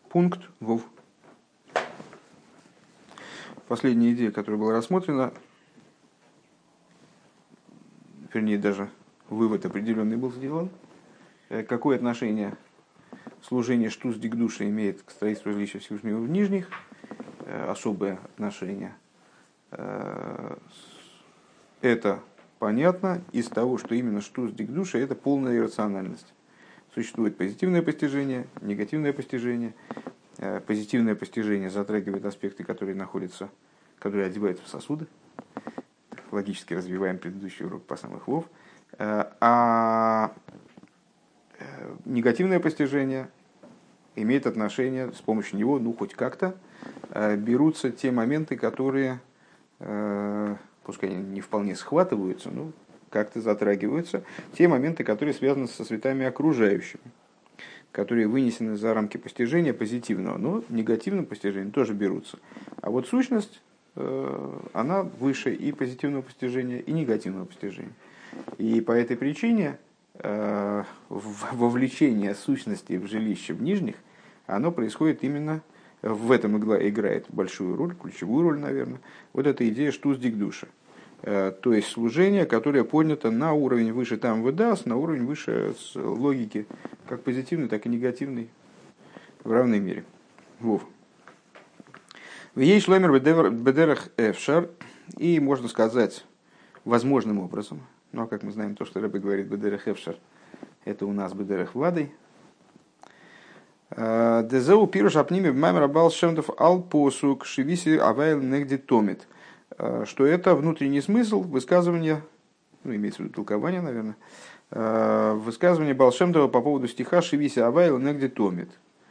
Пункт ВОВ. Последняя идея, которая была рассмотрена, вернее, даже вывод определенный был сделан. Какое отношение служение штус дикдуша имеет к строительству жилища Всевышнего в Нижних? Особое отношение. Это понятно из того, что именно штус дикдуша – это полная иррациональность. Существует позитивное постижение, негативное постижение. Позитивное постижение затрагивает аспекты, которые одеваются в сосуды. Логически развиваем предыдущий урок по самых вов. А негативное постижение имеет отношение, с помощью него, хоть как-то, берутся те моменты, которые, пускай не вполне схватываются, но как-то затрагиваются, те моменты, которые связаны со светами окружающими, которые вынесены за рамки постижения позитивного, но негативным постижением тоже берутся. А вот сущность, она выше и позитивного постижения, и негативного постижения. И по этой причине вовлечение сущности в жилище в Нижних, оно происходит именно в этом, играет большую роль, ключевую роль, наверное, вот эта идея штус дикдуша. То есть служение, которое поднято на уровень выше там выдаст, на уровень выше логики, как позитивной, так и негативной, в равной мере. Вов. В ей шлемер бедерах эфшар, и можно сказать возможным образом, ну а как мы знаем, то, что Рэбе говорит бедерах эфшар, это у нас бедерах владой. Дезеу пируш апними мамер абал шемдов ал посук шивиси авайл негди томит. Что это внутренний смысл высказывания, имеется в виду толкование, наверное, высказывание Баал Шем Това по поводу стиха «Шивиси авайл негде томит».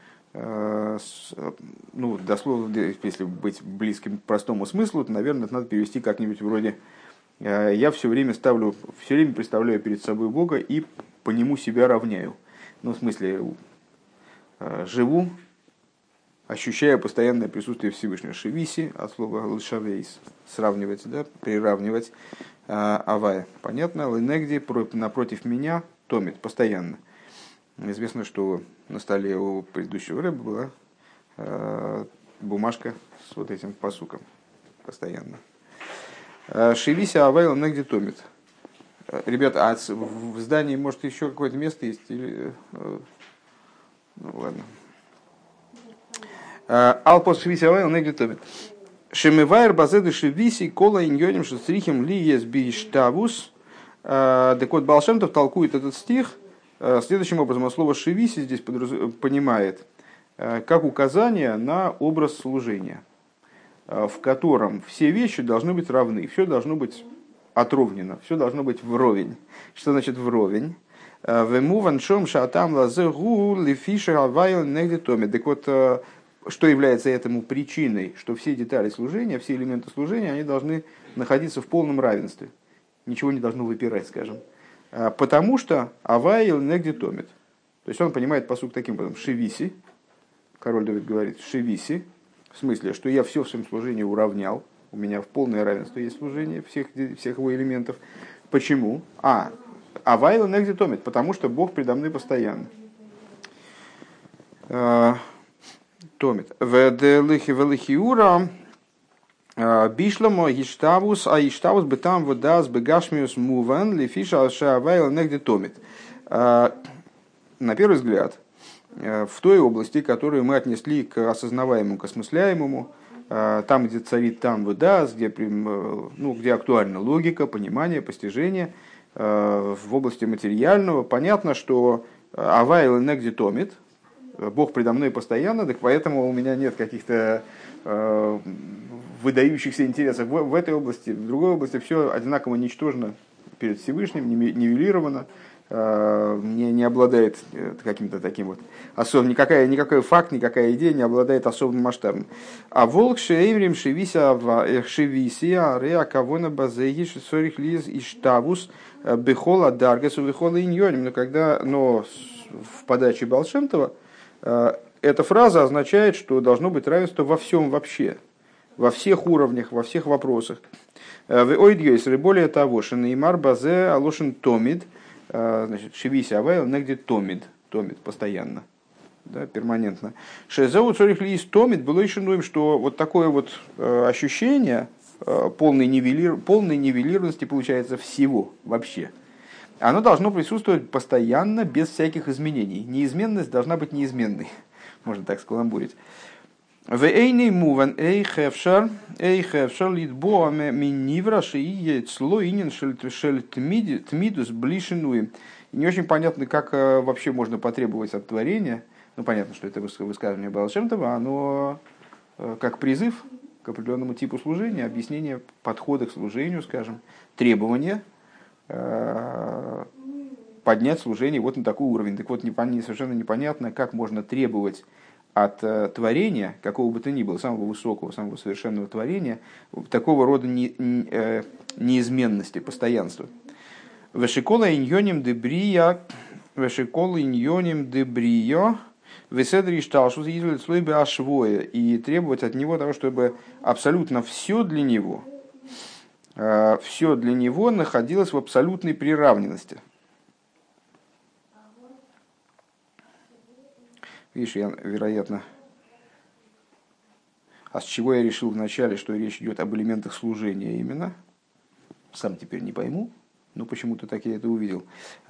Дословно, если быть близким к простому смыслу, то, наверное, это надо перевести как-нибудь вроде «Я все время представляю перед собой Бога и по нему себя равняю». В смысле, живу, ощущая постоянное присутствие Всевышнего. Шивиси, от слова лшавейс, сравнивать, приравнивать, авая. Понятно, ленегди, напротив меня, томит, постоянно. Известно, что на столе у предыдущего рэба была бумажка с вот этим пасуком, постоянно. Шивиси, авая, ленегди, томит. Ребята, а в здании, может, еще какое-то место есть? Или... ладно. Алпос шивиси авайл негди томит. Шемивайр базеды шивиси кола иньоним шестрихим ли ес биштавус. Так вот, Баал Шем Това толкует этот стих следующим образом. Слово шивиси здесь понимает как указание на образ служения, в котором все вещи должны быть равны, все должно быть отровнено, все должно быть вровень. Что значит вровень? Вемуван шом шатам лазегу лифиша авайл негди томит. Так вот, что является этому причиной, что все детали служения, все элементы служения, они должны находиться в полном равенстве. Ничего не должно выпирать, скажем. Потому что авайл негди томит. То есть он понимает пасук таким образом. Шивиси, король Давид говорит, шивиси, в смысле, что я все в своем служении уравнял, у меня в полное равенство есть служение всех его элементов. Почему? Авайл негди томит, потому что Бог предо мной постоянно. Томит. Веделихи велихиура бишламо иштавус, а иштавус бетам водас бегашмиус муван лифиша шавайл негди томит. На первый взгляд, в той области, которую мы отнесли к осознаваемому, к осмысляемому, там, где царит там водас, где актуальна логика, понимание, постижение, в области материального, понятно, что авайл негди томит, Бог предо мной постоянно, так поэтому у меня нет каких-то выдающихся интересов в этой области. В другой области все одинаково ничтожно перед Всевышним, нивелировано, не обладает каким-то таким вот особым, никакой факт, никакая идея не обладает особым масштабом. А волк шеимрим шевися реа кавона базеги шесорих лиз и штабус бехола даргасу бехола иньоним. Но в подаче Баал Шем Това эта фраза означает, что должно быть равенство во всем вообще, во всех уровнях, во всех вопросах. Более того, шенеймар базе алошен томид, значит, шивиси авайл негди томид, постоянно. да, перманентно. Шезеу цорих ли истомит было еще новым, что вот такое вот ощущение полной нивелированности получается всего вообще. Оно должно присутствовать постоянно, без всяких изменений. Неизменность должна быть неизменной. Можно так скаламбурить. В эйный муван эй хевшар литбоа минивра шиие цло инин шель тмидус блишинуем. Не очень понятно, как вообще можно потребовать от творения. Ну, понятно, что это высказывание Баал Шем Това, оно как призыв к определенному типу служения, объяснение подхода к служению, скажем, требования поднять служение вот на такой уровень. Так вот, совершенно непонятно, как можно требовать от творения, какого бы то ни было, самого высокого, самого совершенного творения, такого рода неизменности, постоянства. Вешикола иньоним дебрия, веседри шталшус излит слойбе ашвоя, и требовать от него того, чтобы абсолютно все для него находилось в абсолютной приравненности. Видишь, я, вероятно, а с чего я решил вначале, что речь идет об элементах служения именно, сам теперь не пойму, но почему-то так я это увидел.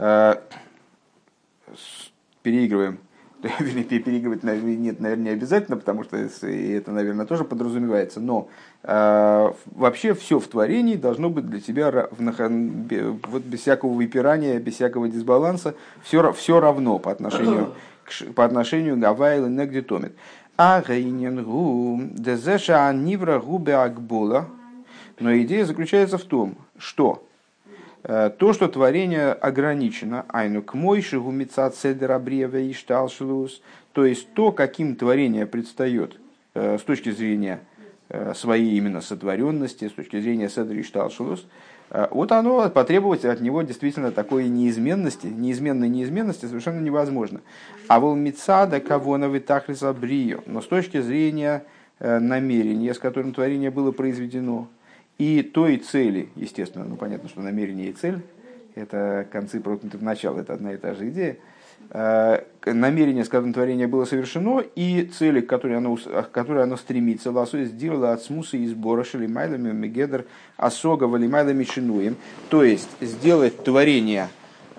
Переигрываем. Вернее, переигрывать нет, наверное, не обязательно, потому что это, наверное, тоже подразумевается. Но вообще все в творении должно быть для тебя вот без всякого выпирания, без всякого дисбаланса, все равно по отношению к Гавайлу Негдитомит. А гейнингу дезеша анивра губе акбола. Но идея заключается в том, что то, что творение ограничено, айну к мойшигу мицат седер абриеве и шталшилус, то есть то, каким творение предстает с точки зрения своей именно сотворенности, с точки зрения седер и шталшилус, вот оно, потребовать от него действительно такой неизменной неизменности совершенно невозможно. А вол мицада кавона витахлис абрио, но с точки зрения намерения, с которым творение было произведено, и той цели, естественно, ну понятно, что намерение и цель – это концы проткнуты в начало, это одна и та же идея. Намерение, с которым творение было совершено, и цели, к которой оно стремится, лосой сделала от смуса и сбора шелимайлами мегедр осога валимайлами шинуем, то есть сделать творение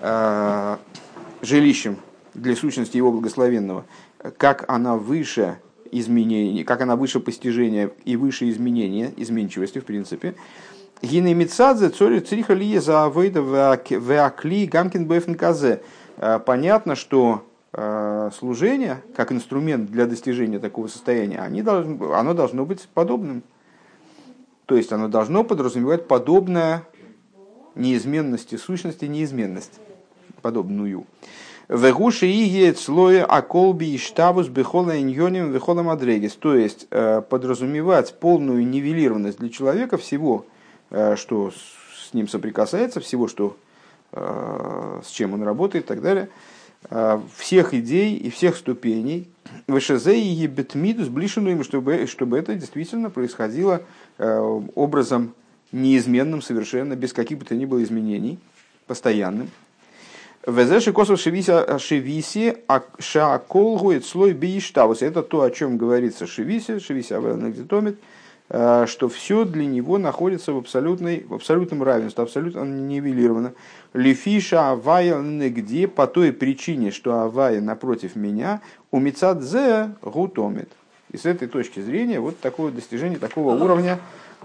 жилищем для сущности его благословенного, как она выше изменений, как она выше постижения и выше изменения, изменчивости в принципе. Гиней мицадзе цори цриха лие за авейда веакли гамкин бэфн казе. Понятно, что служение, как инструмент для достижения такого состояния, оно должно быть подобным. То есть оно должно подразумевать подобное неизменности сущности, неизменность, подобную. Вегуши игет слоя аколби и штабус бехола иньоним вехола мадрегис. То есть подразумевать полную нивелированность для человека всего, что с ним соприкасается, всего, что, с чем он работает и так далее, всех идей и всех ступеней, вешезе и бетмидус блишенуем, чтобы это действительно происходило образом неизменным совершенно, без каких бы то ни было изменений, постоянным. Везеши косов шевиси шаакол гует слой бииштавус. Это то, о чем говорится шевиси авелнагдитомит, что все для него находится в абсолютном равенстве, абсолютно нивелировано. Лифиша авая негде по той причине, что авая напротив меня умицадзе гутомит. И с этой точки зрения вот такое достижение такого уровня,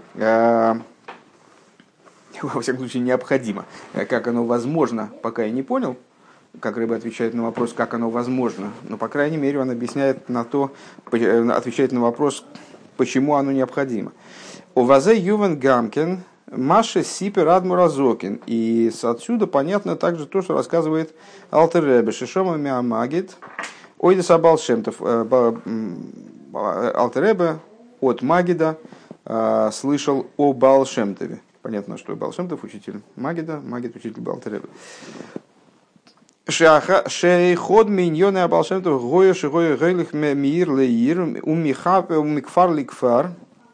во всяком случае, необходимо. Как оно возможно, пока я не понял, как Рыба отвечает на вопрос, как оно возможно, но, по крайней мере, он объясняет отвечает на вопрос, почему оно необходимо. Овазе Ювен Гамкин, Маша Сипер Адмуразокин. И отсюда понятно также то, что рассказывает Алтер Ребе, Шишома Миамагит, Ойдес Абал Шемтов. Алтер Ребе от Магида слышал о Баал Шемтове. Понятно, что Баал Шем Тов учитель Магида, Магид учитель Алтер Ребе. Шейход миньоны Баал Шем Тов гоя шигоя гейлих мир леир умикфар ликфар,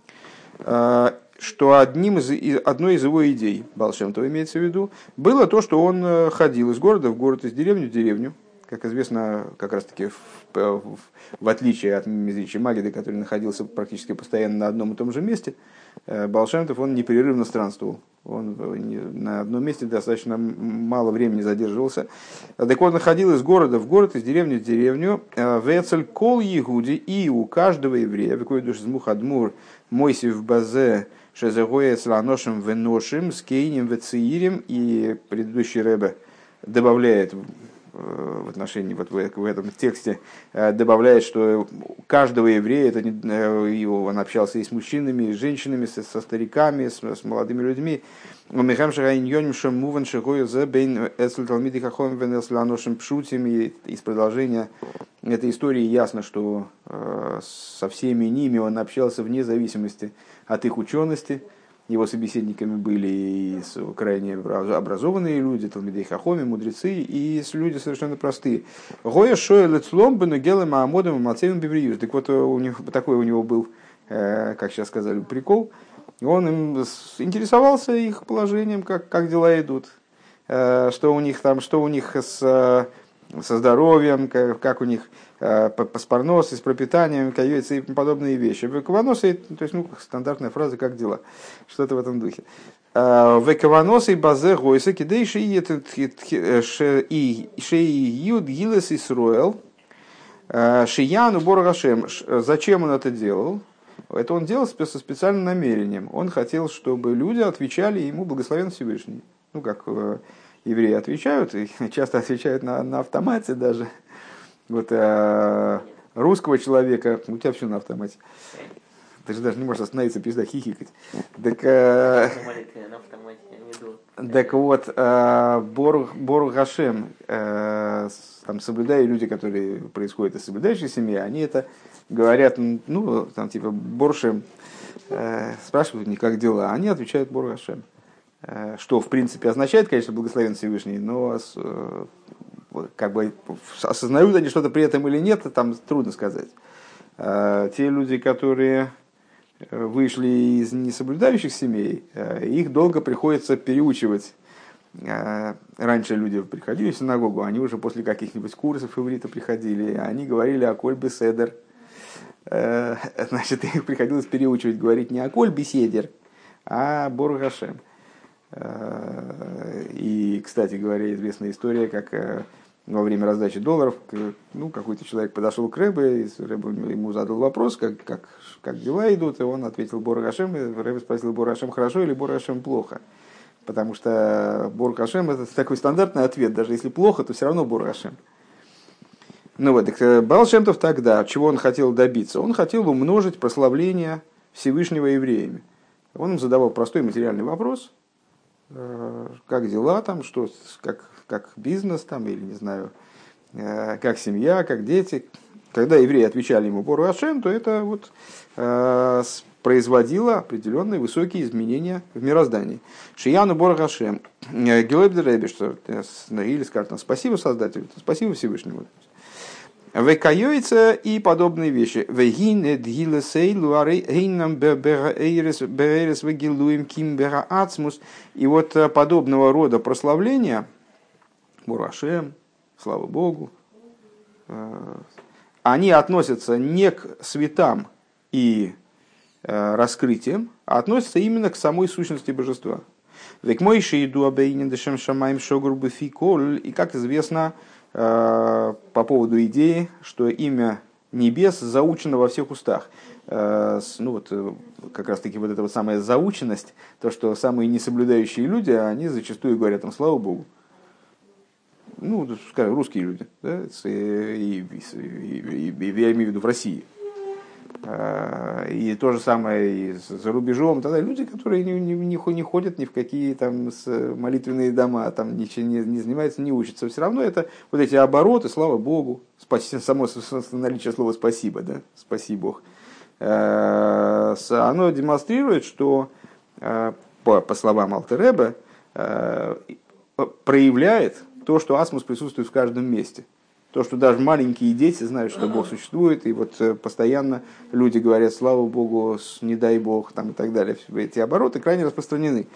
что одной из его идей, Баал Шем Тов имеется в виду, было то, что он ходил из города в город, из деревни в деревню, как известно, как раз-таки в отличие от Мезрича Магиды, который находился практически постоянно на одном и том же месте, Баал Шем Тов, он непрерывно странствовал. Он на одном месте достаточно мало времени задерживался. Так он находил из города в город, из деревни в деревню. Вецель кол егуди, и у каждого еврея, какой душ из мухадмур, мойси в базе, шезагоя сланошим веношим, скейнем вециирим. И предыдущий рэбе добавляет в отношении, вот в этом тексте, добавляет, что каждого еврея, он общался и с мужчинами, и с женщинами, со стариками, с молодыми людьми. И из продолжения этой истории ясно, что со всеми ними он общался вне зависимости от их учености. Его собеседниками были и крайне образованные люди, талмидей хахоми, мудрецы, и люди совершенно простые. Гоя шоя лецлом бенугелем маамодом мацевым бивриюс. Так вот, такой у него был, как сейчас сказали, прикол. Он им интересовался их положением, как дела идут, что у них там, что у них со здоровьем, как у них по спарносе, с пропитанием, каюется и подобные вещи. Векованосы, то есть, стандартная фраза «как дела?», что-то в этом духе. Векованосы базе гойса кидей шеиюд гилес исруэл шияну боргашем. Зачем он это делал? Это он делал со специальным намерением. Он хотел, чтобы люди отвечали ему «Благословен Всевышний». Как евреи отвечают, и часто отвечают на автомате даже. Вот русского человека, у тебя все на автомате. Ты же даже не можешь остановиться, пизда хихикать. Так вот, Борух Хашем, там соблюдая люди, которые происходят из соблюдающей семьи, они это говорят, там типа Боршем, спрашивают не как дела, они отвечают Борух Хашем. Что, в принципе, означает, конечно, благословен Всевышний, но как бы осознают они что-то при этом или нет, там трудно сказать. Те люди, которые вышли из несоблюдающих семей, их долго приходится переучивать. Раньше люди приходили в синагогу, они уже после каких-нибудь курсов иврита приходили, они говорили «Аколь беседер». Значит, их приходилось переучивать, говорить не «Аколь беседер», а «Борух Хашем». И, кстати говоря, известная история, как во время раздачи долларов какой-то человек подошел к Ребе, и Ребе ему задал вопрос, как дела идут, и он ответил Борух Хашем, и Ребе спросил Борух Хашем хорошо или Борух Хашем плохо. Потому что Борух Хашем это такой стандартный ответ, даже если плохо, то все равно Борух Хашем. Так Баал Шем Тов тогда, чего он хотел добиться? Он хотел умножить прославление Всевышнего евреями. Он им задавал простой материальный вопрос, как дела там, что, как бизнес там, или не знаю, как семья, как дети. Когда евреи отвечали ему Борух Хашем, то это производило определенные высокие изменения в мироздании. Шияну Борух Хашем, Гилойб Ребе, что или скажем, спасибо Создателю, спасибо Всевышнему. Векайойца и подобные вещи. Вегин дгилесей луары эйнам беререс вегилуем кимбера ацмус. И вот подобного рода прославления, Борух Хашем, слава Богу, они относятся не к светам и раскрытиям, а относятся именно к самой сущности божества. Век мойши иду абейнин дешем шамаем шогур бификоль. И как известно, по поводу идеи, что имя небес заучено во всех устах. Как раз таки вот эта вот самая заученность, то, что самые несоблюдающие люди, они зачастую говорят там «Слава Богу». Скажем, русские люди, да? Я имею в виду в России. И то же самое и за рубежом. Тогда люди, которые не ходят ни в какие там молитвенные дома, там ничего не занимаются, не учатся, все равно это вот эти обороты, слава Богу, само наличие слова «спасибо», да, «спаси Бог», оно демонстрирует, что, по словам Алтер Ребе, проявляет то, что асмус присутствует в каждом месте. То, что даже маленькие дети знают, что Бог существует, и вот постоянно люди говорят «слава Богу», «не дай Бог» там, и так далее. Эти обороты крайне распространены.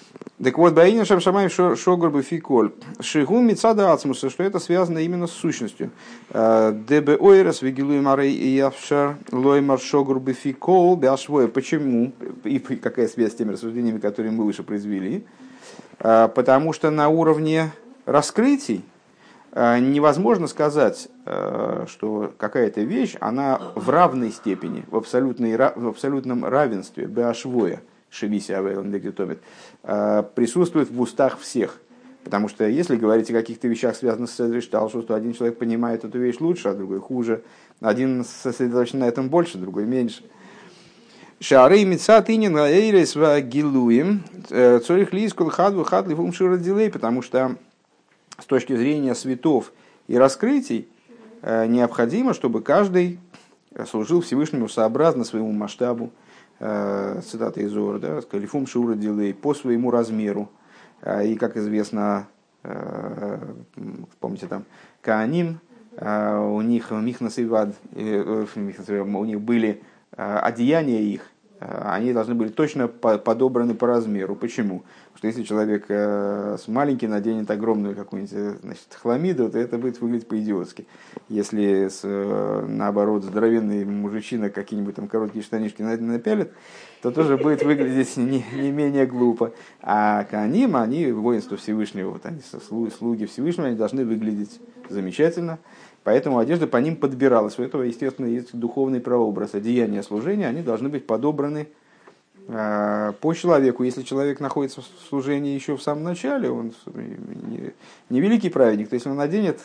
Так вот, Баинин Шамшамай Шогур Бификоль. Шигу Мицада Ацмуса, что это связано именно с сущностью. ДБ Ойрес, Вигилуй Марей и Явшар, Лоймар Шогур Бификол, Бяшвоя. Почему? И какая связь с теми рассуждениями, которые мы выше произвели? Потому что на уровне раскрытий невозможно сказать, что какая-то вещь, она в равной степени, в абсолютном равенстве, Бяшвоя. Шевиси Авейлан Дегютомит, присутствует в устах всех. Потому что если говорить о каких-то вещах, связанных с Седришталшу, то один человек понимает эту вещь лучше, а другой хуже. Один сосредоточен на этом больше, другой меньше. Шары Мицатинин Эйрес Гилуем Цорих Лискул Хадву Хадли Фумшира Дилей, потому что с точки зрения светов и раскрытий необходимо, чтобы каждый служил Всевышнему сообразно своему масштабу. Цитата из Зора, да, «Калифум шура дилей» по своему размеру. И, как известно, помните, там, Кааним, у них михнасивад, у них были одеяния их, они должны были точно подобраны по размеру. Почему? Потому что если человек с маленький наденет огромную какую-нибудь, значит, хламиду, то это будет выглядеть по-идиотски. Если наоборот здоровенный мужичина какие-нибудь там короткие штанишки напялит, то тоже будет выглядеть не менее глупо. А Кааним, они воинство Всевышнего, вот они слуги Всевышнего, они должны выглядеть замечательно. Поэтому одежда по ним подбиралась. У этого, естественно, есть духовный прообраз. Одеяния служения, они должны быть подобраны по человеку. Если человек находится в служении еще в самом начале, он не великий праведник, то если он наденет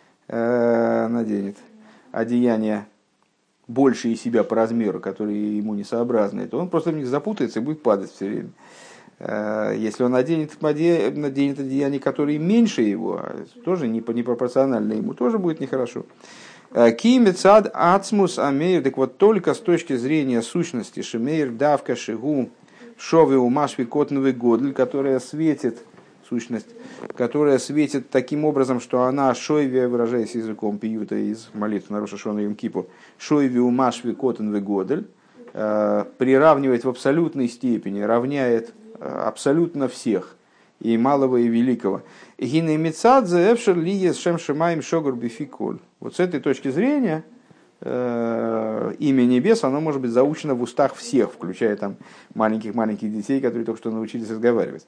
одеяния большие себя по размеру, которые ему несообразны, то он просто в них запутается и будет падать все время. Если он наденет одеяния, которые меньше его, тоже непропорционально ему, тоже будет нехорошо. Кимецад ацмус амейр, так вот только с точки зрения сущности шемейр давка шигу шовы умашви котновый годль, которая светит, сущность, которая светит таким образом, что она шойве, выражаясь языком пиюта из молитвы на Рош ха-Шана Йом Кипур, шойве умашви котновый годль, приравнивает в абсолютной степени, равняет абсолютно всех, и малого, и великого. Вот с этой точки зрения имя небес, оно может быть заучено в устах всех, включая там маленьких детей, которые только что научились разговаривать.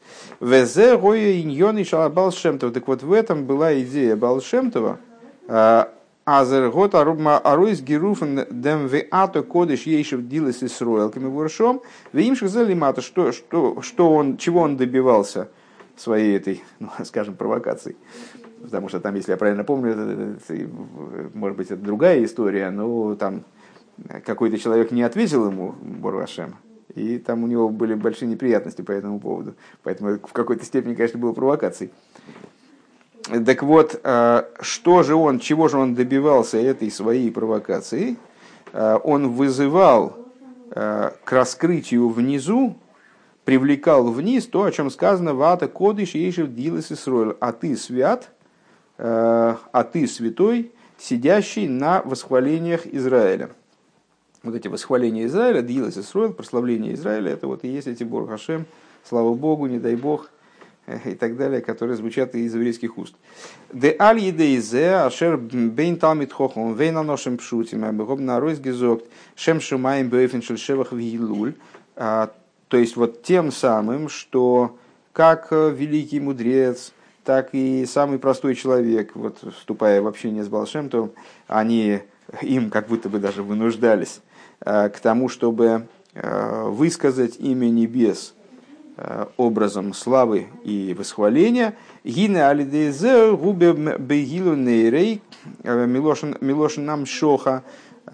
Так вот в этом была идея Баал Шем Това, Азергот Аройс Геруфен Дем Веато Кодыш Ейшев Дилес Исроэл Камевуршом Веимших Залимата, чего он добивался своей этой, скажем, провокацией. Потому что там, если я правильно помню, может быть, это другая история, но там какой-то человек не ответил ему, Борух Ашем, и там у него были большие неприятности по этому поводу. Поэтому в какой-то степени, конечно, было провокацией. Так вот, чего же он добивался этой своей провокацией? Он вызывал к раскрытию внизу, привлекал вниз то, о чем сказано «Вата кодыш ейшев дилес Исроэль», а ты свят, а ты святой, сидящий на восхвалениях Израиля. Вот эти восхваления Израиля, дилес Исроэль, прославление Израиля, это вот и есть эти Борух Ашем, слава Богу, не дай Бог, и так далее, которые звучат из еврейских уст. «Де аль едейзе ашер бейн талмид хохом вейн аношем пшутим абегоб наройс гизокт шем шумаем бейфен шельшевах вилуль». То есть вот тем самым, что как великий мудрец, так и самый простой человек, вот, вступая в общение с Баал Шем Товом, им как будто бы даже вынуждались к тому, чтобы высказать имя небес образом славы и восхваления. Гине алидезе губе бегилу нейрей милошин нам шоха.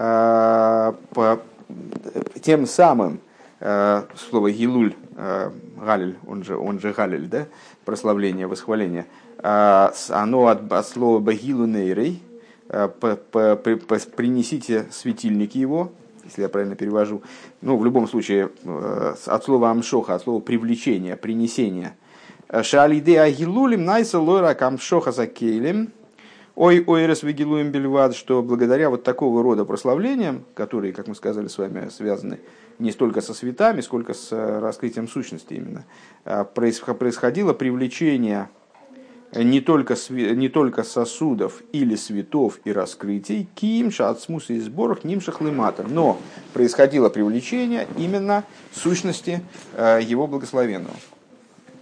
Тем самым слово гилуль, галиль, он же галиль, да, прославление, восхваление, оно от слова бегилу нейрей, принесите светильники его, если я правильно перевожу, в любом случае, от слова амшоха, от слова привлечение, принесение. Шалиде агилулим найса лора камшоха закейлем, Ой, ойрес вигилуем бельвад, что благодаря вот такого рода прославлениям, которые, как мы сказали с вами, связаны не столько со светами, сколько с раскрытием сущности именно, происходило привлечение не только сосудов или светов и раскрытий, кимша от смуса и сборах нимшах лиматор, но происходило привлечение именно сущности его благословенного.